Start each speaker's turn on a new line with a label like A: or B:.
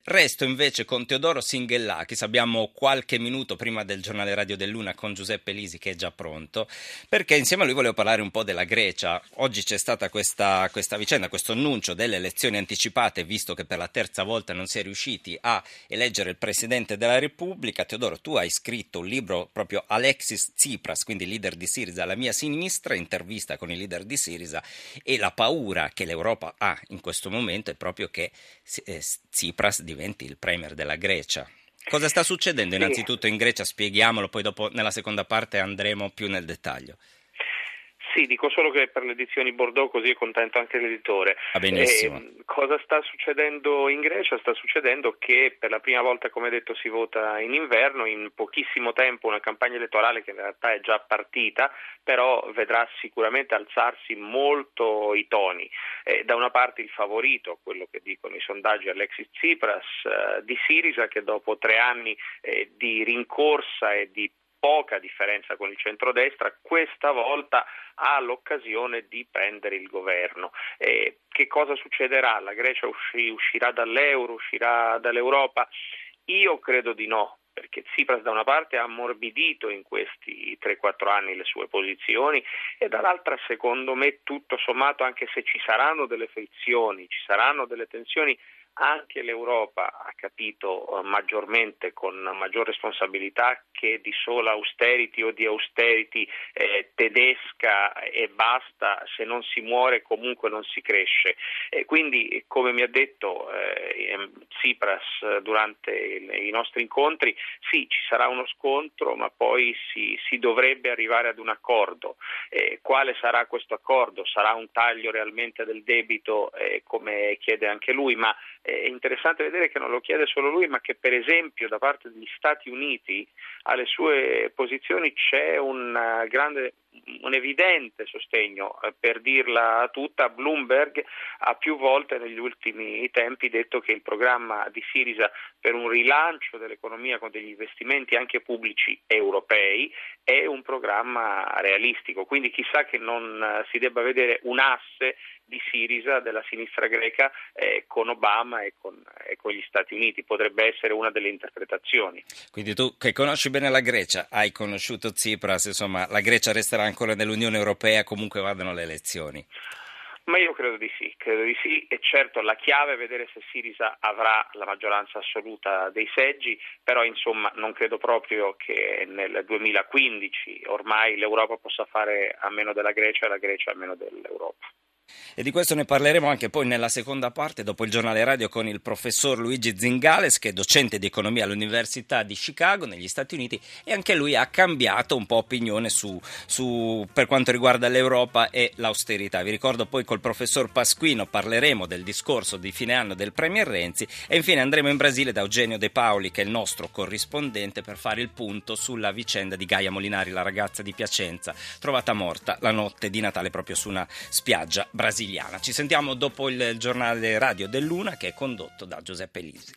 A: Resto invece con Teodoro Singhellakis, abbiamo qualche minuto prima del giornale radio dell'Una con Giuseppe Lisi che è già pronto, perché insieme a lui volevo parlare un po' della Grecia. Oggi c'è stata questa vicenda, questo annuncio delle elezioni anticipate, visto che per la terza volta non si è riusciti a eleggere il Presidente della Repubblica. Teodoro, tu hai scritto un libro proprio Alexis Tsipras, quindi leader di Syriza alla mia sinistra, intervista con il leader di Syriza, e la paura che l'Europa ha in questo momento è proprio che Tsipras diventi il premier della Grecia. Cosa sta succedendo
B: Sì,
A: innanzitutto in Grecia? Spieghiamolo, poi dopo nella seconda parte andremo più nel dettaglio.
B: sì, dico solo che per le edizioni Bordeaux così è contento anche l'editore.
A: Va benissimo.
B: Cosa sta succedendo in Grecia? Sta succedendo che per la prima volta, come detto, si vota in inverno, in pochissimo tempo una campagna elettorale che in realtà è già partita, però vedrà sicuramente alzarsi molto i toni. Da una parte il favorito, quello che dicono i sondaggi, Alexis Tsipras di Syriza, che dopo 3 anni di rincorsa e di poca differenza con il centrodestra, questa volta ha l'occasione di prendere il governo. Che cosa succederà? La Grecia uscirà dall'euro, uscirà dall'Europa? Io credo di no, perché Tsipras da una parte ha ammorbidito in questi 3-4 anni le sue posizioni e dall'altra, secondo me, tutto sommato, anche se ci saranno delle frizioni, ci saranno delle tensioni, anche l'Europa ha capito maggiormente, con maggior responsabilità, che di sola austerity o di austerity tedesca e basta, se non si muore comunque non si cresce. Quindi, come mi ha detto Tsipras durante i nostri incontri, sì, ci sarà uno scontro, ma poi si dovrebbe arrivare ad un accordo. Quale sarà questo accordo? Sarà un taglio realmente del debito, come chiede anche lui, ma è interessante vedere che non lo chiede solo lui, ma che per esempio da parte degli Stati Uniti alle sue posizioni c'è un evidente sostegno. Per dirla tutta, Bloomberg ha più volte negli ultimi tempi detto che il programma di Syriza per un rilancio dell'economia con degli investimenti anche pubblici europei è un programma realistico, quindi chissà che non si debba vedere un asse di Syriza, della sinistra greca, con Obama e con gli Stati Uniti. Potrebbe essere una delle interpretazioni.
A: Quindi tu, che conosci bene la Grecia, hai conosciuto Tsipras, insomma la Grecia resterà ancora nell'Unione Europea, comunque vadano le elezioni.
B: Ma io credo di sì, e certo la chiave è vedere se Syriza avrà la maggioranza assoluta dei seggi, però insomma non credo proprio che nel 2015 ormai l'Europa possa fare a meno della Grecia e la Grecia a meno dell'Europa.
A: E di questo ne parleremo anche poi nella seconda parte, dopo il giornale radio, con il professor Luigi Zingales, che è docente di economia all'Università di Chicago negli Stati Uniti, e anche lui ha cambiato un po' opinione per quanto riguarda l'Europa e l'austerità. Vi ricordo poi col professor Pasquino parleremo del discorso di fine anno del Premier Renzi e infine andremo in Brasile da Eugenio De Paoli, che è il nostro corrispondente, per fare il punto sulla vicenda di Gaia Molinari, la ragazza di Piacenza trovata morta la notte di Natale proprio su una spiaggia brasiliana. Ci sentiamo dopo il giornale radio dell'Una, che è condotto da Giuseppe Lisi.